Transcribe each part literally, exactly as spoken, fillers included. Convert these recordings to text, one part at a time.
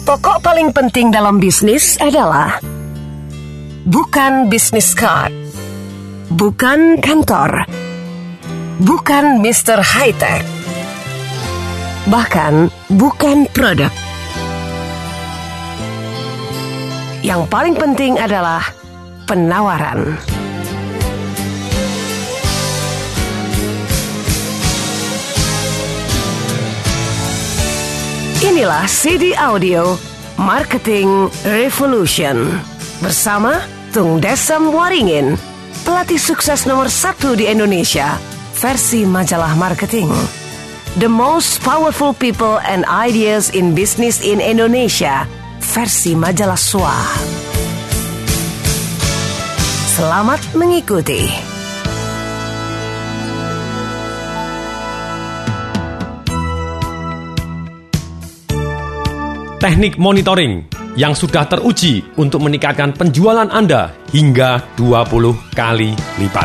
pokok paling penting dalam bisnis adalah bukan bisnis card, bukan kantor, bukan mister High-Tech, bahkan bukan produk. Yang paling penting adalah penawaran. Inilah C D Audio Marketing Revolution bersama Tung Desem Waringin, pelatih sukses nomor satu di Indonesia versi majalah marketing. The most powerful people and ideas in business in Indonesia versi majalah S W A. Selamat mengikuti. Teknik monitoring yang sudah teruji untuk meningkatkan penjualan Anda hingga dua puluh kali lipat.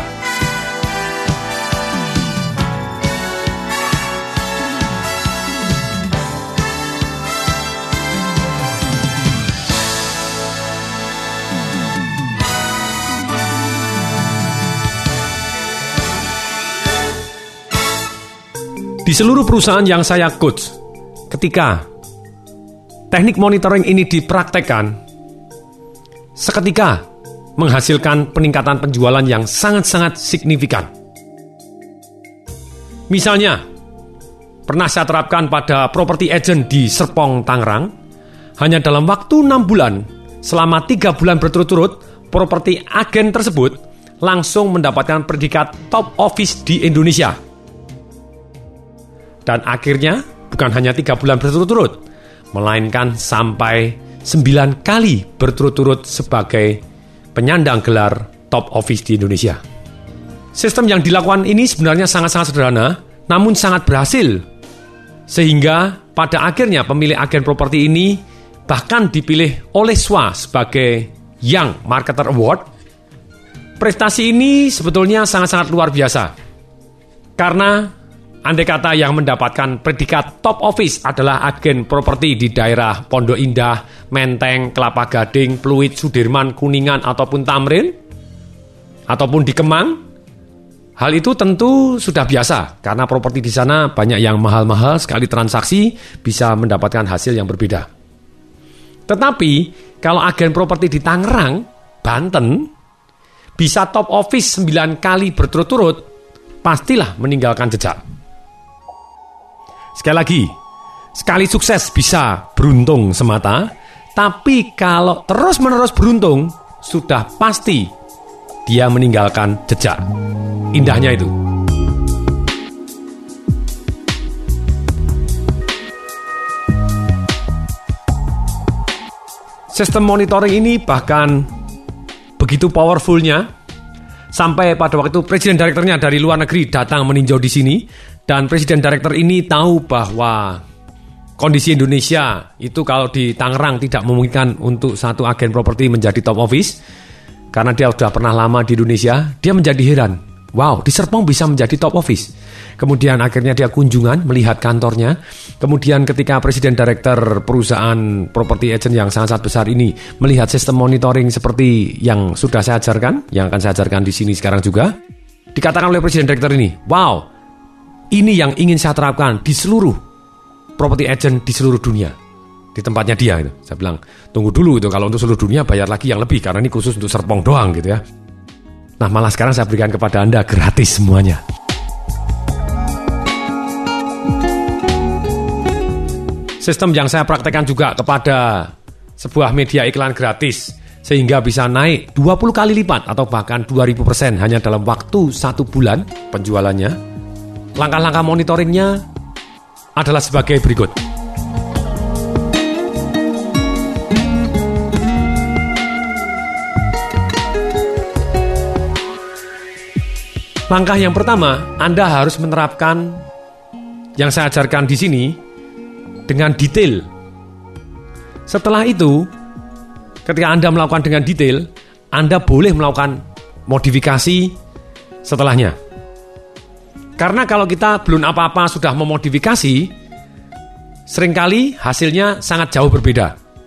Di seluruh perusahaan yang saya coach, ketika teknik monitoring ini dipraktekkan, seketika menghasilkan peningkatan penjualan yang sangat-sangat signifikan. Misalnya, pernah saya terapkan pada property agent di Serpong, Tangerang, hanya dalam waktu enam bulan, selama tiga bulan berturut-turut, property agen tersebut langsung mendapatkan predikat top office di Indonesia. Dan akhirnya, bukan hanya tiga bulan berturut-turut, melainkan sampai sembilan kali berturut-turut sebagai penyandang gelar top office di Indonesia. Sistem yang dilakukan ini sebenarnya sangat-sangat sederhana, namun sangat berhasil. Sehingga pada akhirnya pemilik agen properti ini bahkan dipilih oleh S W A sebagai Young Marketer Award. Prestasi ini sebetulnya sangat-sangat luar biasa. Karena andai kata yang mendapatkan predikat top office adalah agen properti di daerah Pondok Indah, Menteng, Kelapa Gading, Pluit, Sudirman, Kuningan, ataupun Tamrin, ataupun di Kemang, hal itu tentu sudah biasa, karena properti di sana banyak yang mahal-mahal, sekali transaksi bisa mendapatkan hasil yang berbeda. Tetapi, kalau agen properti di Tangerang, Banten, bisa top office sembilan kali berturut-turut, pastilah meninggalkan jejak. Sekali lagi, sekali sukses bisa beruntung semata, tapi kalau terus-menerus beruntung, sudah pasti dia meninggalkan jejak. Indahnya itu. Sistem monitoring ini bahkan begitu powerfulnya, sampai pada waktu presiden direkturnya dari luar negeri datang meninjau di sini, dan presiden direktur ini tahu bahwa kondisi Indonesia itu kalau di Tangerang tidak memungkinkan untuk satu agen properti menjadi top office, karena dia sudah pernah lama di Indonesia, dia menjadi heran. Wow, di Serpong bisa menjadi top office. Kemudian akhirnya dia kunjungan, melihat kantornya. Kemudian ketika presiden direktur perusahaan property agent yang sangat-sangat besar ini melihat sistem monitoring seperti yang sudah saya ajarkan, yang akan saya ajarkan di sini sekarang juga, dikatakan oleh presiden direktur ini, wow, ini yang ingin saya terapkan di seluruh property agent di seluruh dunia. Di tempatnya dia gitu. Saya bilang, tunggu dulu itu, kalau untuk seluruh dunia bayar lagi yang lebih, karena ini khusus untuk Serpong doang gitu ya. Nah, malah sekarang saya berikan kepada Anda gratis semuanya. Sistem yang saya praktekkan juga kepada sebuah media iklan gratis, sehingga bisa naik dua puluh kali lipat atau bahkan dua ribu persen hanya dalam waktu satu bulan penjualannya. Langkah-langkah monitoringnya adalah sebagai berikut. Langkah yang pertama, Anda harus menerapkan yang saya ajarkan di sini dengan detail. Setelah itu, ketika Anda melakukan dengan detail, Anda boleh melakukan modifikasi setelahnya. Karena kalau kita belum apa-apa sudah memodifikasi, seringkali hasilnya sangat jauh berbeda.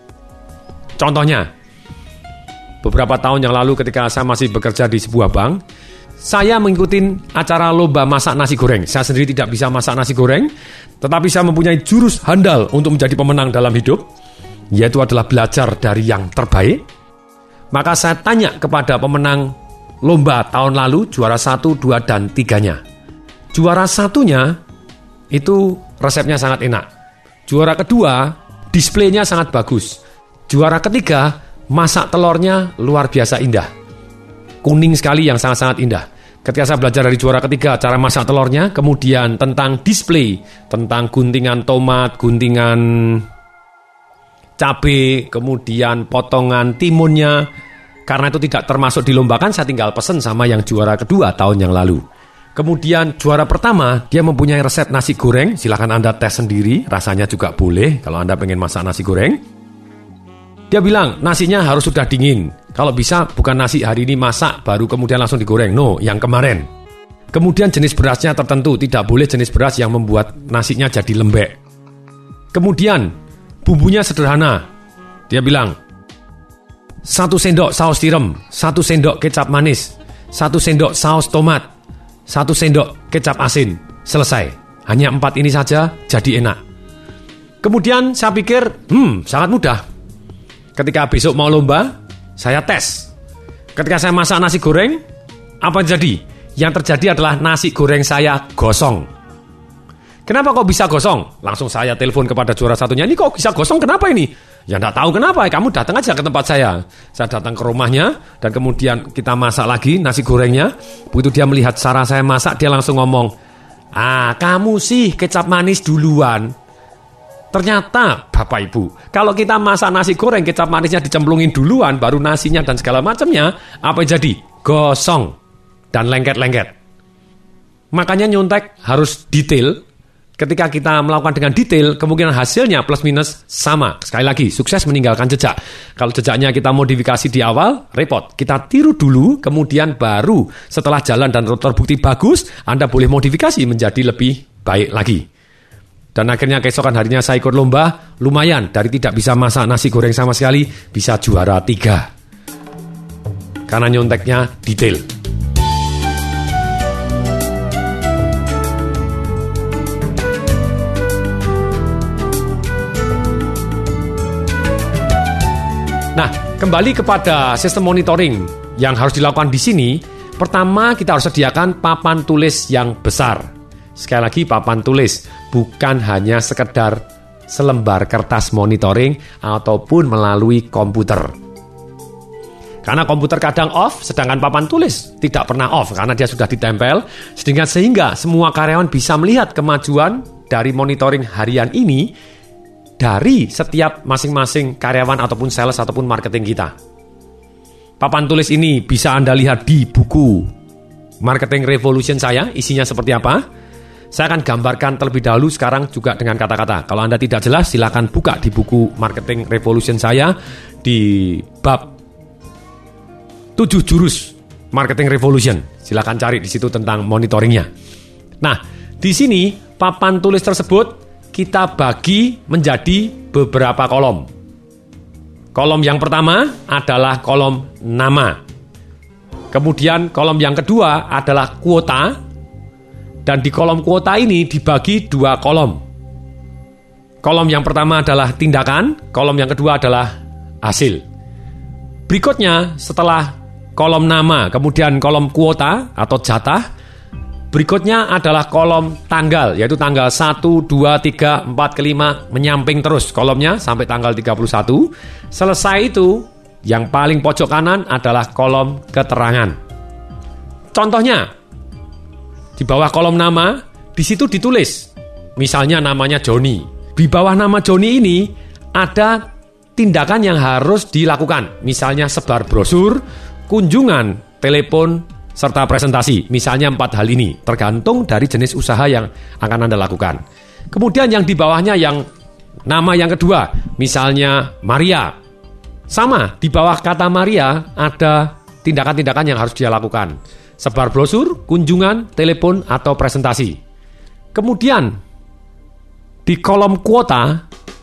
Contohnya, beberapa tahun yang lalu ketika saya masih bekerja di sebuah bank, saya mengikuti acara lomba masak nasi goreng. Saya sendiri tidak bisa masak nasi goreng, tetapi saya mempunyai jurus handal untuk menjadi pemenang dalam hidup, yaitu adalah belajar dari yang terbaik. Maka saya tanya kepada pemenang lomba tahun lalu, juara satu, dua, dan tiganya. Juara satunya itu resepnya sangat enak. Juara kedua, displaynya sangat bagus. Juara ketiga, masak telurnya luar biasa indah. Kuning sekali yang sangat-sangat indah. Ketika saya belajar dari juara ketiga cara masak telurnya, kemudian tentang display, tentang guntingan tomat, guntingan cabai, kemudian potongan timunnya, karena itu tidak termasuk dilombakan, saya tinggal pesen sama yang juara kedua tahun yang lalu. Kemudian juara pertama, dia mempunyai resep nasi goreng. Silakan Anda tes sendiri, rasanya juga boleh kalau Anda pengen masak nasi goreng. Dia bilang nasinya harus sudah dingin. Kalau bisa bukan nasi hari ini masak baru kemudian langsung digoreng. No, yang kemarin. Kemudian jenis berasnya tertentu. Tidak boleh jenis beras yang membuat nasinya jadi lembek. Kemudian bumbunya sederhana. Dia bilang satu sendok saus tiram, satu sendok kecap manis, satu sendok saus tomat, satu sendok kecap asin. Selesai. Hanya empat ini saja jadi enak. Kemudian saya pikir, hmm sangat mudah. Ketika besok mau lomba, saya tes. Ketika saya masak nasi goreng, apa yang terjadi? Yang terjadi adalah nasi goreng saya gosong. Kenapa kok bisa gosong? Langsung saya telepon kepada juara satunya. Ini kok bisa gosong, kenapa ini? Ya enggak tahu kenapa, kamu datang aja ke tempat saya. Saya datang ke rumahnya, dan kemudian kita masak lagi nasi gorengnya. Begitu dia melihat cara saya masak, dia langsung ngomong, ah kamu sih kecap manis duluan. Ternyata Bapak Ibu, kalau kita masak nasi goreng kecap manisnya dicemplungin duluan, baru nasinya dan segala macamnya, apa yang jadi? Gosong dan lengket-lengket. Makanya nyontek harus detail. Ketika kita melakukan dengan detail, kemungkinan hasilnya plus minus sama. Sekali lagi, sukses meninggalkan jejak. Kalau jejaknya kita modifikasi di awal, repot. Kita tiru dulu, kemudian baru setelah jalan dan terbukti bagus, Anda boleh modifikasi menjadi lebih baik lagi. Dan akhirnya keesokan harinya saya ikut lomba, lumayan. Dari tidak bisa masak nasi goreng sama sekali, bisa juara tiga. Karena nyonteknya detail. Nah, kembali kepada sistem monitoring yang harus dilakukan di sini. Pertama, kita harus sediakan papan tulis yang besar. Sekali lagi, papan tulis bukan hanya sekedar selembar kertas monitoring ataupun melalui komputer. Karena komputer kadang off, sedangkan papan tulis tidak pernah off karena dia sudah ditempel, sehingga sehingga semua karyawan bisa melihat kemajuan dari monitoring harian ini dari setiap masing-masing karyawan ataupun sales ataupun marketing kita. Papan tulis ini bisa Anda lihat di buku Marketing Revolution saya, isinya seperti apa. Saya akan gambarkan terlebih dahulu sekarang juga dengan kata-kata. Kalau Anda tidak jelas, silakan buka di buku Marketing Revolution saya di bab tujuh jurus Marketing Revolution. Silakan cari di situ tentang monitoringnya. Nah, di sini papan tulis tersebut kita bagi menjadi beberapa kolom. Kolom yang pertama adalah kolom nama. Kemudian kolom yang kedua adalah kuota. Dan di kolom kuota ini dibagi dua kolom. Kolom yang pertama adalah tindakan, kolom yang kedua adalah hasil. Berikutnya setelah kolom nama, kemudian kolom kuota atau jatah, berikutnya adalah kolom tanggal, yaitu tanggal satu, dua, tiga, empat, kelima, menyamping terus kolomnya sampai tanggal tiga puluh satu. Selesai itu, yang paling pojok kanan adalah kolom keterangan. Contohnya, di bawah kolom nama, di situ ditulis, misalnya namanya Joni. Di bawah nama Joni ini ada tindakan yang harus dilakukan, misalnya sebar brosur, kunjungan, telepon, serta presentasi. Misalnya empat hal ini, tergantung dari jenis usaha yang akan Anda lakukan. Kemudian yang di bawahnya yang nama yang kedua, misalnya Maria. Sama, di bawah kata Maria ada tindakan-tindakan yang harus dia lakukan. Sebar brosur, kunjungan, telepon, atau presentasi. Kemudian, di kolom kuota,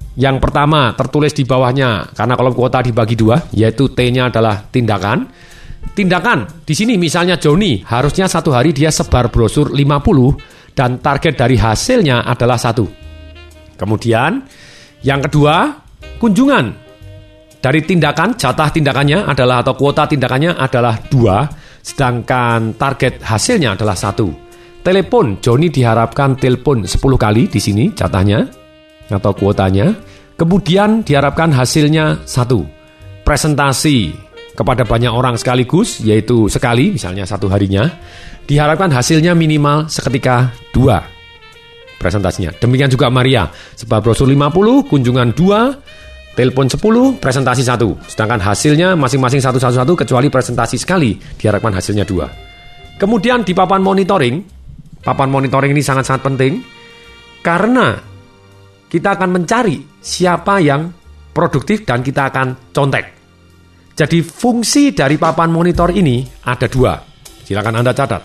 Yang pertama tertulis di bawahnya, karena kolom kuota dibagi dua, yaitu T-nya adalah tindakan. Tindakan, di sini misalnya Joni, harusnya satu hari dia sebar brosur lima puluh dan target dari hasilnya adalah satu. Kemudian, yang kedua, kunjungan. Dari tindakan, jatah tindakannya adalah atau kuota tindakannya adalah dua, sedangkan target hasilnya adalah satu. Telepon, Joni diharapkan telepon sepuluh kali di sini jatahnya atau kuotanya. Kemudian diharapkan hasilnya satu. Presentasi kepada banyak orang sekaligus, yaitu sekali, misalnya satu harinya, diharapkan hasilnya minimal seketika dua presentasinya. Demikian juga Maria, sebar brosur lima puluh, kunjungan dua, telepon sepuluh, presentasi satu. Sedangkan hasilnya masing-masing satu satu satu kecuali presentasi sekali, diharapkan hasilnya dua. Kemudian di papan monitoring, papan monitoring ini sangat-sangat penting, karena kita akan mencari siapa yang produktif dan kita akan contek. Jadi fungsi dari papan monitor ini ada dua. Silakan Anda catat.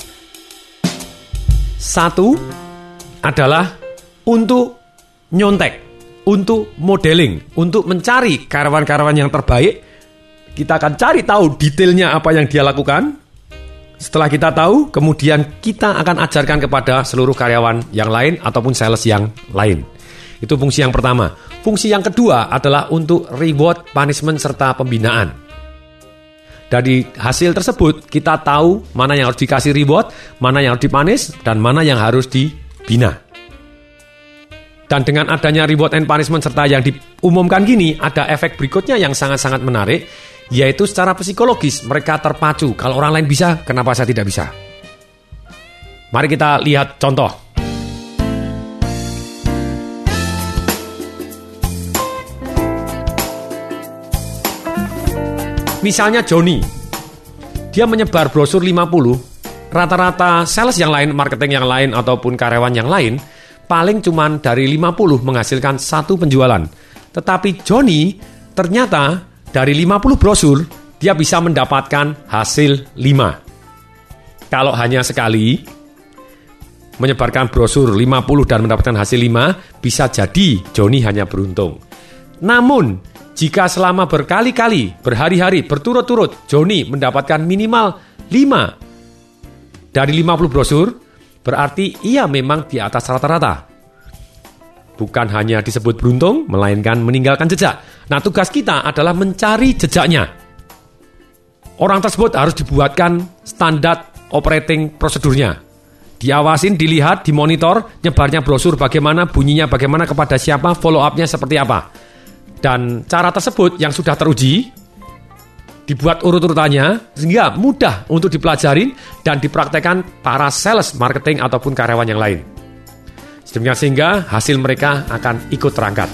Satu adalah untuk nyontek, untuk modeling, untuk mencari karyawan-karyawan yang terbaik. Kita akan cari tahu detailnya apa yang dia lakukan. Setelah kita tahu, kemudian kita akan ajarkan kepada seluruh karyawan yang lain ataupun sales yang lain. Itu fungsi yang pertama. Fungsi yang kedua adalah untuk reward, punishment, serta pembinaan. Dari hasil tersebut, kita tahu mana yang harus dikasih reward, mana yang harus dipunish, dan mana yang harus dibina. Dan dengan adanya reward and punishment serta yang diumumkan gini, ada efek berikutnya yang sangat-sangat menarik, yaitu secara psikologis mereka terpacu. Kalau orang lain bisa, kenapa saya tidak bisa? Mari kita lihat contoh. Misalnya Joni, dia menyebar brosur lima puluh, rata-rata sales yang lain, marketing yang lain, ataupun karyawan yang lain, paling cuman dari lima puluh menghasilkan satu penjualan. Tetapi Joni, ternyata dari lima puluh brosur, dia bisa mendapatkan hasil lima. Kalau hanya sekali, menyebarkan brosur lima puluh dan mendapatkan hasil lima, bisa jadi Joni hanya beruntung. Namun, jika selama berkali-kali, berhari-hari, berturut-turut, Joni mendapatkan minimal lima dari lima puluh brosur, berarti ia memang di atas rata-rata. Bukan hanya disebut beruntung, melainkan meninggalkan jejak. Nah, tugas kita adalah mencari jejaknya. Orang tersebut harus dibuatkan standar operating prosedurnya. Diawasin, dilihat, dimonitor, nyebarnya brosur bagaimana, bunyinya bagaimana, kepada siapa, follow up-nya seperti apa. Dan cara tersebut yang sudah teruji, dibuat urut-urutannya sehingga mudah untuk dipelajari dan dipraktekkan para sales, marketing, ataupun karyawan yang lain. Sedemikian sehingga hasil mereka akan ikut terangkat.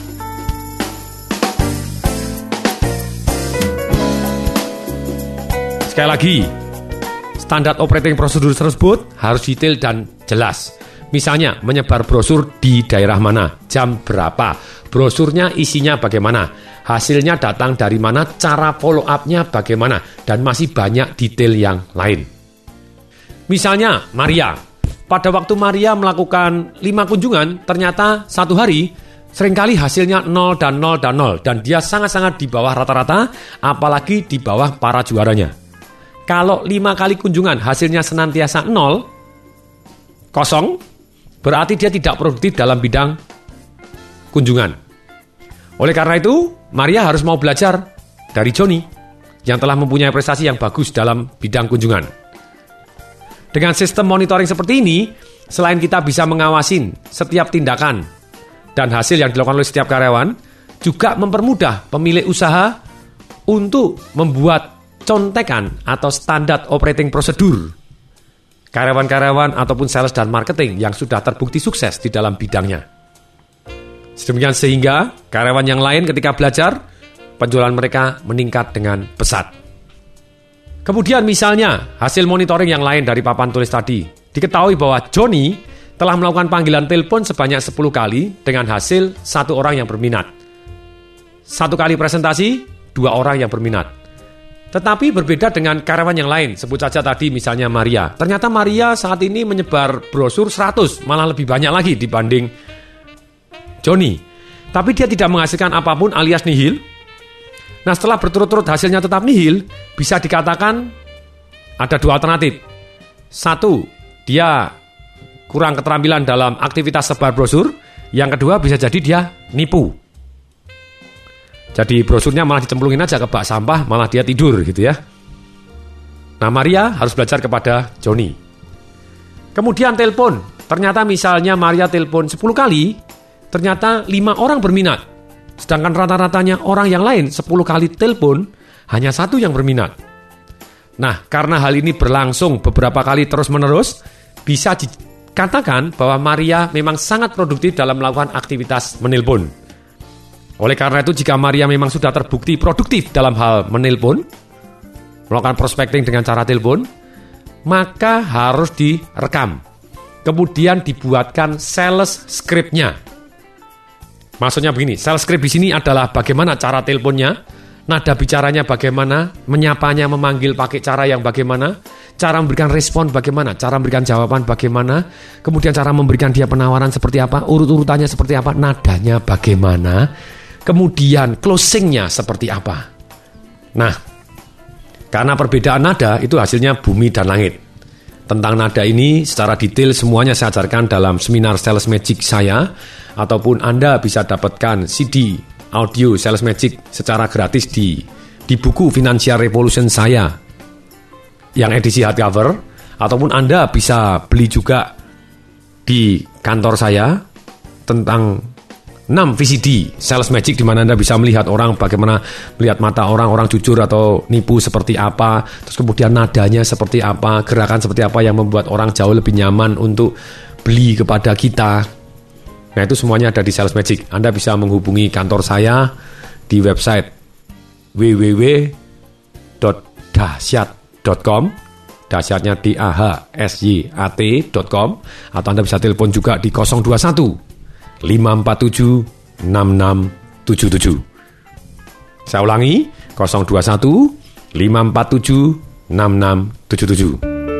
Sekali lagi, standar operating prosedur tersebut harus detail dan jelas. Misalnya, menyebar brosur di daerah mana, jam berapa, brosurnya isinya bagaimana, hasilnya datang dari mana, cara follow up-nya bagaimana, dan masih banyak detail yang lain. Misalnya, Maria. Pada waktu Maria melakukan lima kunjungan, ternyata satu hari, seringkali hasilnya nol dan nol dan nol. Dan dia sangat-sangat di bawah rata-rata, apalagi di bawah para juaranya. Kalau lima kali kunjungan hasilnya senantiasa nol, kosong, berarti dia tidak produktif dalam bidang kunjungan. Oleh karena itu, Maria harus mau belajar dari Joni yang telah mempunyai prestasi yang bagus dalam bidang kunjungan. Dengan sistem monitoring seperti ini, selain kita bisa mengawasin setiap tindakan dan hasil yang dilakukan oleh setiap karyawan, juga mempermudah pemilik usaha untuk membuat contekan atau standar operating prosedur karyawan-karyawan ataupun sales dan marketing yang sudah terbukti sukses di dalam bidangnya. Sedemikian sehingga karyawan yang lain ketika belajar, penjualan mereka meningkat dengan pesat. Kemudian misalnya hasil monitoring yang lain dari papan tulis tadi, diketahui bahwa Joni telah melakukan panggilan telepon sebanyak sepuluh kali dengan hasil satu orang yang berminat. Satu kali presentasi, dua orang yang berminat. Tetapi berbeda dengan karyawan yang lain, sebut saja tadi misalnya Maria. Ternyata Maria saat ini menyebar brosur seratus, malah lebih banyak lagi dibanding Joni. tapi dia tidak menghasilkan apapun alias nihil. Nah, setelah berturut-turut hasilnya tetap nihil, bisa dikatakan ada dua alternatif. Satu, dia kurang keterampilan dalam aktivitas sebar brosur. Yang kedua, bisa jadi dia nipu. Jadi brosurnya malah dicemplungin aja ke bak sampah, malah dia tidur gitu ya. Nah, Maria harus belajar kepada Johnny. Kemudian telepon. Ternyata misalnya Maria telepon sepuluh kali, ternyata lima orang berminat. Sedangkan rata-ratanya orang yang lain sepuluh kali telepon, hanya satu yang berminat. Nah, karena hal ini berlangsung beberapa kali terus-menerus, bisa dikatakan bahwa Maria memang sangat produktif dalam melakukan aktivitas menelpon. Oleh karena itu, jika Maria memang sudah terbukti produktif dalam hal menelpon, melakukan prospecting dengan cara telepon, maka harus direkam. Kemudian dibuatkan sales script-nya. Maksudnya begini, sales script di sini adalah bagaimana cara teleponnya, nada bicaranya bagaimana, menyapanya, memanggil pakai cara yang bagaimana, cara memberikan respon bagaimana, cara memberikan jawaban bagaimana, kemudian cara memberikan dia penawaran seperti apa, urut-urutannya seperti apa, nadanya bagaimana, kemudian closing-nya seperti apa. Nah, karena perbedaan nada itu hasilnya bumi dan langit. Tentang nada ini secara detail semuanya saya ajarkan dalam seminar Sales Magic saya, ataupun Anda bisa dapatkan C D audio Sales Magic secara gratis di di buku Financial Revolution saya yang edisi hardcover, ataupun Anda bisa beli juga di kantor saya tentang enam V C D Sales Magic, di mana Anda bisa melihat orang, bagaimana melihat mata orang, orang jujur atau nipu seperti apa, terus kemudian nadanya seperti apa, gerakan seperti apa yang membuat orang jauh lebih nyaman untuk beli kepada kita. Nah, itu semuanya ada di Sales Magic. Anda bisa menghubungi kantor saya di website w w w dot dahsyat dot com, dahsyatnya D A H S Y A T dot com, atau Anda bisa telepon juga di nol dua satu lima empat tujuh enam enam tujuh tujuh. Saya ulangi, nol dua satu lima empat tujuh enam enam tujuh tujuh.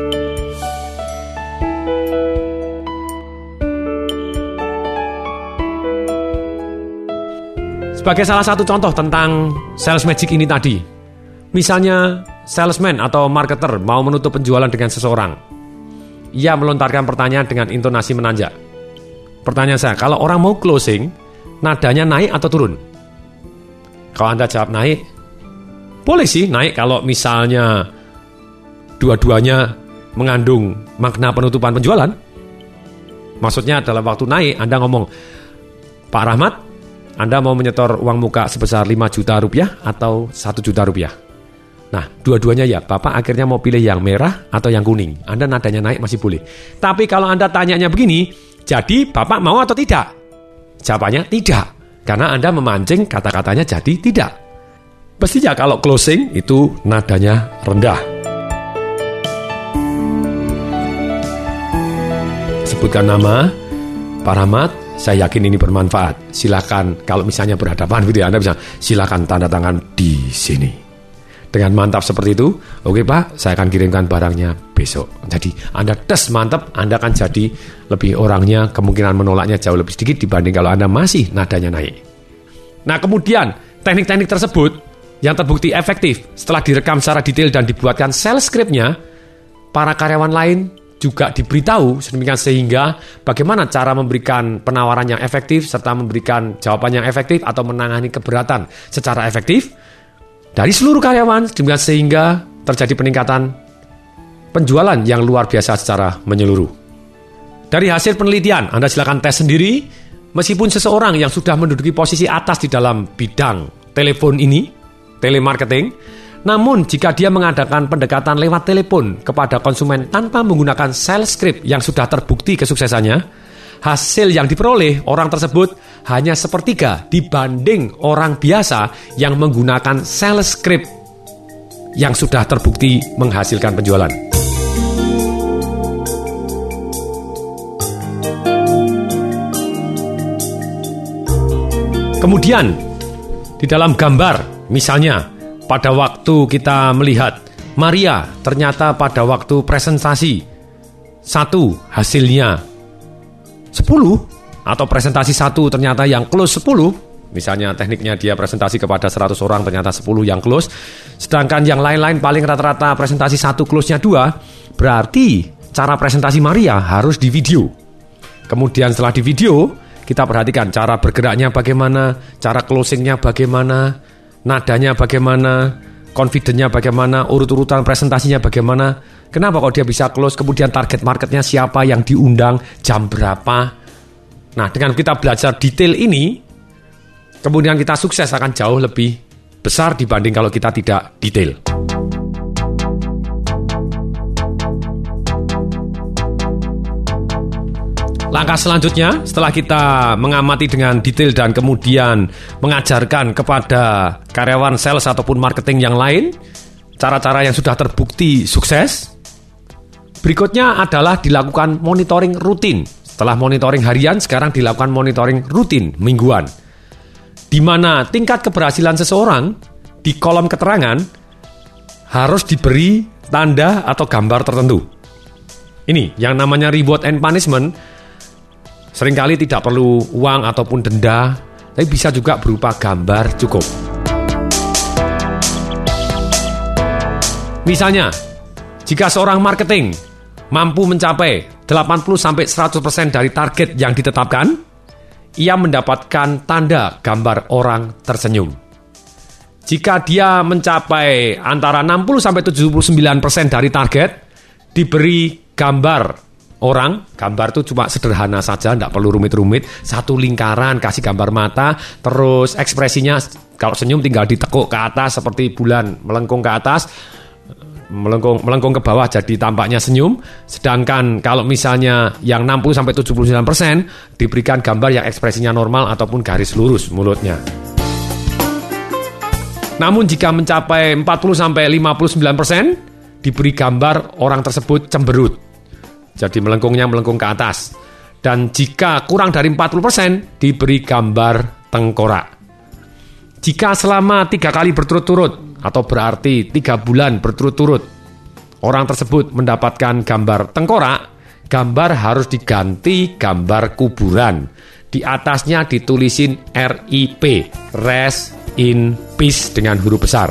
Sebagai salah satu contoh tentang Sales Magic ini tadi, misalnya salesman atau marketer mau menutup penjualan dengan seseorang, ia melontarkan pertanyaan dengan intonasi menanjak. Pertanyaan saya, kalau orang mau closing, nadanya naik atau turun? Kalau Anda jawab naik, boleh sih naik kalau misalnya dua-duanya mengandung makna penutupan penjualan. Maksudnya dalam waktu naik, Anda ngomong, Pak Rahmat, Anda mau menyetor uang muka sebesar lima juta rupiah atau satu juta rupiah? Nah, dua-duanya ya, Bapak akhirnya mau pilih yang merah atau yang kuning. Anda nadanya naik masih boleh. Tapi kalau Anda tanyanya begini, jadi Bapak mau atau tidak? Jawabannya tidak, karena Anda memancing kata-katanya jadi tidak. Pastinya kalau closing itu nadanya rendah. Sebutkan nama, Pak Rahmat, saya yakin ini bermanfaat. Silakan, kalau misalnya berhadapan gitu ya, Anda bisa silakan tanda tangan di sini. Dengan mantap seperti itu, oke Pak, saya akan kirimkan barangnya besok. Jadi Anda tes mantap, Anda akan jadi lebih orangnya, kemungkinan menolaknya jauh lebih sedikit dibanding kalau Anda masih nadanya naik. Nah, kemudian teknik-teknik tersebut yang terbukti efektif setelah direkam secara detail dan dibuatkan sales script-nya, para karyawan lain juga diberitahu sedemikian sehingga bagaimana cara memberikan penawaran yang efektif serta memberikan jawaban yang efektif atau menangani keberatan secara efektif dari seluruh karyawan, demikian sehingga terjadi peningkatan penjualan yang luar biasa secara menyeluruh. Dari hasil penelitian, Anda silakan tes sendiri, meskipun seseorang yang sudah menduduki posisi atas di dalam bidang telepon ini, telemarketing, namun jika dia mengadakan pendekatan lewat telepon kepada konsumen tanpa menggunakan sales script yang sudah terbukti kesuksesannya, hasil yang diperoleh orang tersebut hanya sepertiga dibanding orang biasa yang menggunakan sales script yang sudah terbukti menghasilkan penjualan. Kemudian, di dalam gambar, misalnya pada waktu kita melihat Maria, ternyata pada waktu presentasi, satu hasilnya sepuluh, atau presentasi satu ternyata yang close sepuluh, misalnya tekniknya dia presentasi kepada seratus orang ternyata sepuluh yang close, sedangkan yang lain-lain paling rata-rata presentasi satu close-nya dua, berarti cara presentasi Maria harus di video. Kemudian setelah di video, kita perhatikan cara bergeraknya bagaimana, cara closing-nya bagaimana, nadanya bagaimana, confident-nya bagaimana, urut-urutan presentasinya bagaimana. Kenapa kok dia bisa close, kemudian target marketnya siapa, yang diundang, jam berapa. Nah, dengan kita belajar detail ini, kemudian kita sukses akan jauh lebih besar dibanding kalau kita tidak detail. Langkah selanjutnya, setelah kita mengamati dengan detail dan kemudian mengajarkan kepada karyawan sales ataupun marketing yang lain cara-cara yang sudah terbukti sukses, berikutnya adalah dilakukan monitoring rutin. Setelah monitoring harian, sekarang dilakukan monitoring rutin mingguan, di mana tingkat keberhasilan seseorang di kolom keterangan harus diberi tanda atau gambar tertentu. Ini yang namanya reward and punishment. Seringkali tidak perlu uang ataupun denda, tapi bisa juga berupa gambar cukup. Misalnya, jika seorang marketing mampu mencapai delapan puluh sampai seratus persen dari target yang ditetapkan, ia mendapatkan tanda gambar orang tersenyum. Jika dia mencapai antara enam puluh sampai tujuh puluh sembilan persen dari target, diberi gambar orang. Gambar itu cuma sederhana saja, tidak perlu rumit-rumit. Satu lingkaran, kasih gambar mata, terus ekspresinya kalau senyum tinggal ditekuk ke atas seperti bulan melengkung ke atas, melengkung melengkung ke bawah jadi tampaknya senyum. Sedangkan kalau misalnya yang enam puluh sampai tujuh puluh sembilan persen diberikan gambar yang ekspresinya normal ataupun garis lurus mulutnya. Namun jika mencapai empat puluh sampai lima puluh sembilan persen diberi gambar orang tersebut cemberut. Jadi melengkungnya melengkung ke atas. Dan jika kurang dari empat puluh persen diberi gambar tengkorak. Jika selama tiga kali berturut-turut atau berarti tiga bulan berturut-turut orang tersebut mendapatkan gambar tengkorak, gambar harus diganti gambar kuburan. Di atasnya ditulisin R I P, Rest in Peace dengan huruf besar.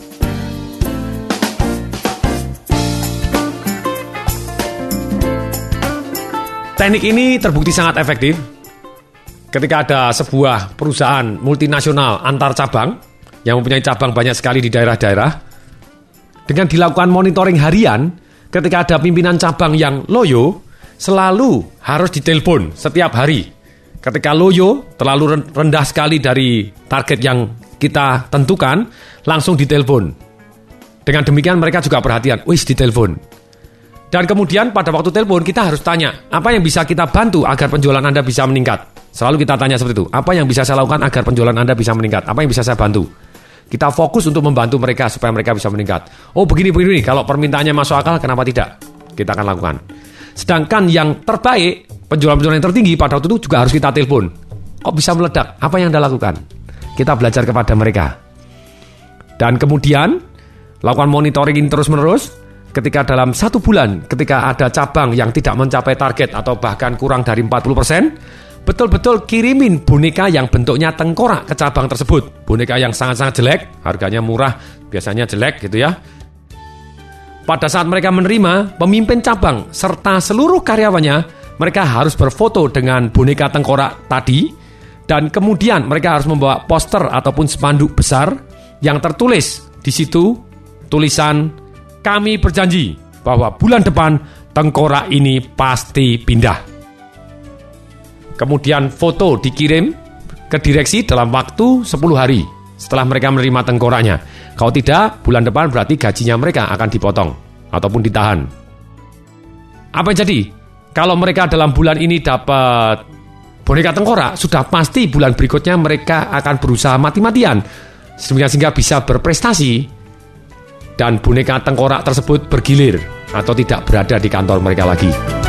Teknik ini terbukti sangat efektif ketika ada sebuah perusahaan multinasional antar cabang yang mempunyai cabang banyak sekali di daerah-daerah. Dengan dilakukan monitoring harian, ketika ada pimpinan cabang yang loyo, selalu harus ditelepon setiap hari. Ketika loyo terlalu rendah sekali dari target yang kita tentukan, langsung ditelepon. Dengan demikian mereka juga perhatian, wis ditelepon. Dan kemudian pada waktu telepon kita harus tanya, apa yang bisa kita bantu agar penjualan Anda bisa meningkat? Selalu kita tanya seperti itu, apa yang bisa saya lakukan agar penjualan Anda bisa meningkat? Apa yang bisa saya bantu? Kita fokus untuk membantu mereka supaya mereka bisa meningkat. Oh begini-begini, kalau permintaannya masuk akal, kenapa tidak? Kita akan lakukan. Sedangkan yang terbaik, penjualan-penjualan yang tertinggi pada waktu itu juga harus kita telepon. Kok bisa meledak? Apa yang Anda lakukan? Kita belajar kepada mereka. Dan kemudian lakukan monitoring terus-menerus. Ketika dalam satu bulan, ketika ada cabang yang tidak mencapai target atau bahkan kurang dari empat puluh persen, betul-betul kirimin boneka yang bentuknya tengkorak ke cabang tersebut. Boneka yang sangat-sangat jelek, harganya murah, biasanya jelek gitu ya. Pada saat mereka menerima, pemimpin cabang serta seluruh karyawannya, mereka harus berfoto dengan boneka tengkorak tadi, dan kemudian mereka harus membawa poster ataupun spanduk besar yang tertulis di situ tulisan, kami berjanji bahwa bulan depan tengkorak ini pasti pindah. Kemudian foto dikirim ke direksi dalam waktu sepuluh hari setelah mereka menerima tengkoraknya. Kalau tidak, bulan depan berarti gajinya mereka akan dipotong ataupun ditahan. Apa yang jadi? Kalau mereka dalam bulan ini dapat boneka tengkorak, sudah pasti bulan berikutnya mereka akan berusaha mati-matian sehingga bisa berprestasi. Dan boneka tengkorak tersebut bergilir atau tidak berada di kantor mereka lagi.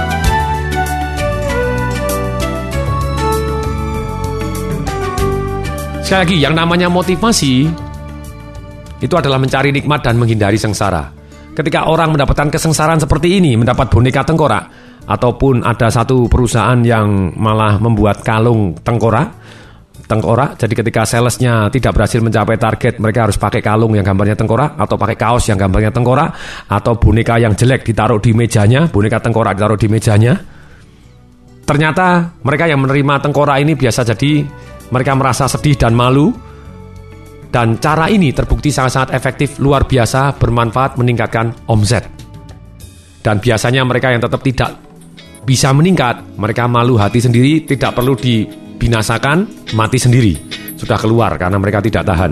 Sekali lagi, yang namanya motivasi itu adalah mencari nikmat dan menghindari sengsara. Ketika orang mendapatkan kesengsaraan seperti ini, mendapat boneka tengkorak, ataupun ada satu perusahaan yang malah membuat kalung tengkorak. Tengkorak, jadi ketika salesnya tidak berhasil mencapai target, mereka harus pakai kalung yang gambarnya tengkorak, atau pakai kaos yang gambarnya tengkorak, atau boneka yang jelek ditaruh di mejanya, boneka tengkorak ditaruh di mejanya. Ternyata mereka yang menerima tengkorak ini biasa jadi mereka merasa sedih dan malu. Dan cara ini terbukti sangat-sangat efektif, luar biasa, bermanfaat, meningkatkan omset. Dan biasanya mereka yang tetap tidak bisa meningkat, mereka malu hati sendiri, tidak perlu dibinasakan, mati sendiri. Sudah keluar karena mereka tidak tahan.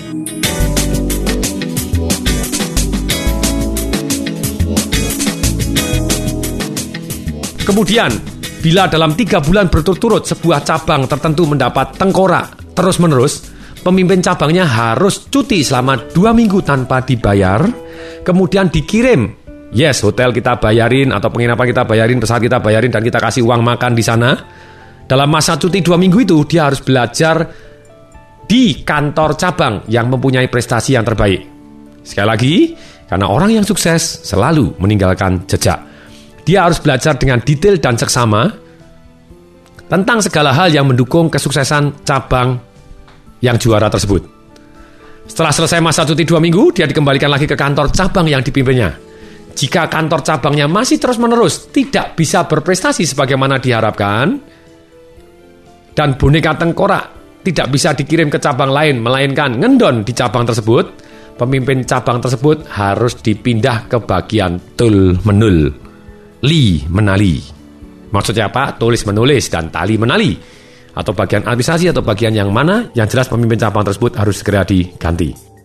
Kemudian, bila dalam tiga bulan berturut-turut sebuah cabang tertentu mendapat tengkorak terus-menerus, pemimpin cabangnya harus cuti selama dua minggu tanpa dibayar, kemudian dikirim. Yes, hotel kita bayarin, atau penginapan kita bayarin, pesawat kita bayarin, dan kita kasih uang makan di sana. Dalam masa cuti dua minggu itu, dia harus belajar di kantor cabang yang mempunyai prestasi yang terbaik. Sekali lagi, karena orang yang sukses selalu meninggalkan jejak. Dia harus belajar dengan detail dan seksama tentang segala hal yang mendukung kesuksesan cabang yang juara tersebut. Setelah selesai masa cuti dua minggu, dia dikembalikan lagi ke kantor cabang yang dipimpinnya. Jika kantor cabangnya masih terus-menerus tidak bisa berprestasi sebagaimana diharapkan, dan boneka tengkorak tidak bisa dikirim ke cabang lain, melainkan ngendon di cabang tersebut, pemimpin cabang tersebut harus dipindah ke bagian tul menul, li menali. Maksudnya apa? Tulis menulis dan tali menali. Atau bagian administrasi atau bagian yang mana, yang jelas pemimpin cabang tersebut harus segera diganti.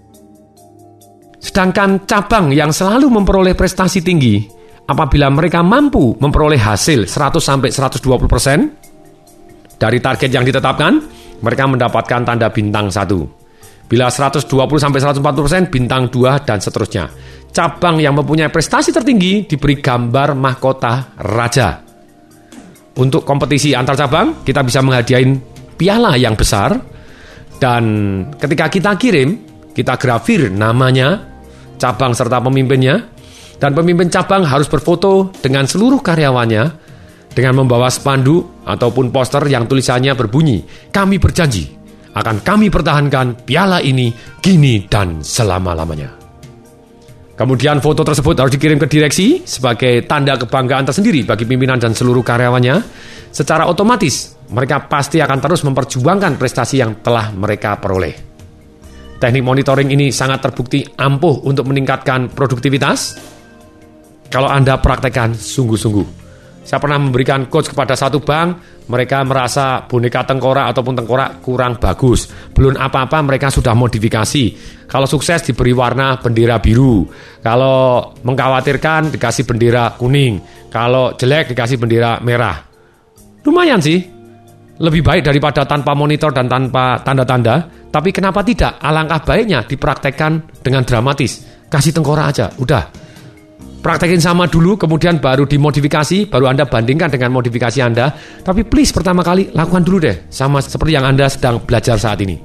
Sedangkan cabang yang selalu memperoleh prestasi tinggi, apabila mereka mampu memperoleh hasil seratus sampai seratus dua puluh persen dari target yang ditetapkan, mereka mendapatkan tanda bintang satu. Bila seratus dua puluh sampai seratus empat puluh persen, bintang dua, dan seterusnya. Cabang yang mempunyai prestasi tertinggi diberi gambar mahkota raja. Untuk kompetisi antar cabang, kita bisa menghadiahin piala yang besar. Dan ketika kita kirim, kita grafir namanya, cabang serta pemimpinnya. Dan pemimpin cabang harus berfoto dengan seluruh karyawannya dengan membawa spanduk ataupun poster yang tulisannya berbunyi, "Kami berjanji akan kami pertahankan piala ini kini dan selama-lamanya." Kemudian foto tersebut harus dikirim ke direksi sebagai tanda kebanggaan tersendiri bagi pimpinan dan seluruh karyawannya. Secara otomatis, mereka pasti akan terus memperjuangkan prestasi yang telah mereka peroleh. Teknik monitoring ini sangat terbukti ampuh untuk meningkatkan produktivitas kalau Anda praktekkan sungguh-sungguh. Saya pernah memberikan coach kepada satu bank, mereka merasa boneka tengkorak ataupun tengkorak kurang bagus. Belum apa-apa mereka sudah modifikasi. Kalau sukses diberi warna bendera biru. Kalau mengkhawatirkan dikasih bendera kuning. Kalau jelek dikasih bendera merah. Lumayan sih. Lebih baik daripada tanpa monitor dan tanpa tanda-tanda. Tapi kenapa tidak? Alangkah baiknya dipraktekkan dengan dramatis. Kasih tengkorak aja, udah. Praktekin sama dulu, kemudian baru dimodifikasi, baru Anda bandingkan dengan modifikasi Anda. Tapi please pertama kali lakukan dulu deh, sama seperti yang Anda sedang belajar saat ini.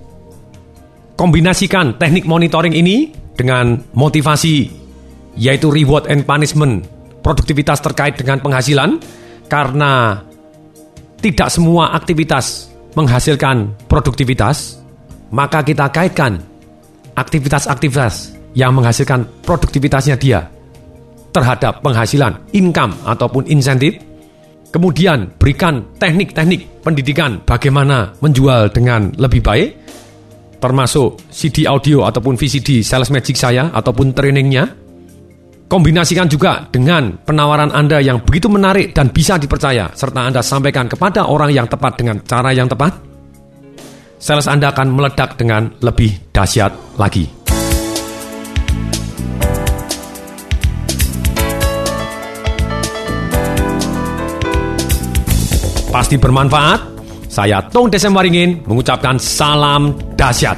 Kombinasikan teknik monitoring ini dengan motivasi, yaitu reward and punishment, produktivitas terkait dengan penghasilan, karena tidak semua aktivitas menghasilkan produktivitas, maka kita kaitkan aktivitas-aktivitas yang menghasilkan produktivitasnya dia terhadap penghasilan, income ataupun insentif. Kemudian berikan teknik-teknik pendidikan bagaimana menjual dengan lebih baik, termasuk C D audio ataupun V C D Sales Magic saya ataupun trainingnya. Kombinasikan juga dengan penawaran Anda yang begitu menarik dan bisa dipercaya, serta Anda sampaikan kepada orang yang tepat dengan cara yang tepat. Sales Anda akan meledak dengan lebih dahsyat lagi. Pasti bermanfaat. Saya Tung Desem Waringin mengucapkan salam dahsyat.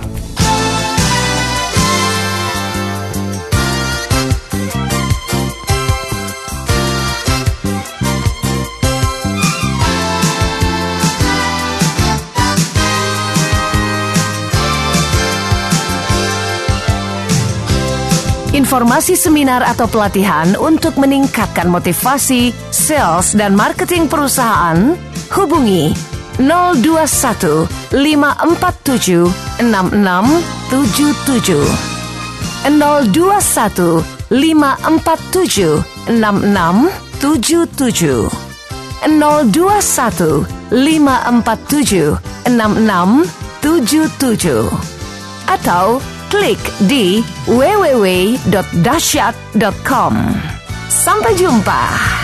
informasi seminar atau pelatihan untuk meningkatkan motivasi, sales, dan marketing perusahaan, hubungi nol dua satu lima empat tujuh enam enam tujuh tujuh nol dua satu lima empat tujuh enam enam tujuh tujuh nol dua satu lima empat tujuh enam enam tujuh tujuh atau klik di w w w dot dahsyat dot com. Sampai jumpa.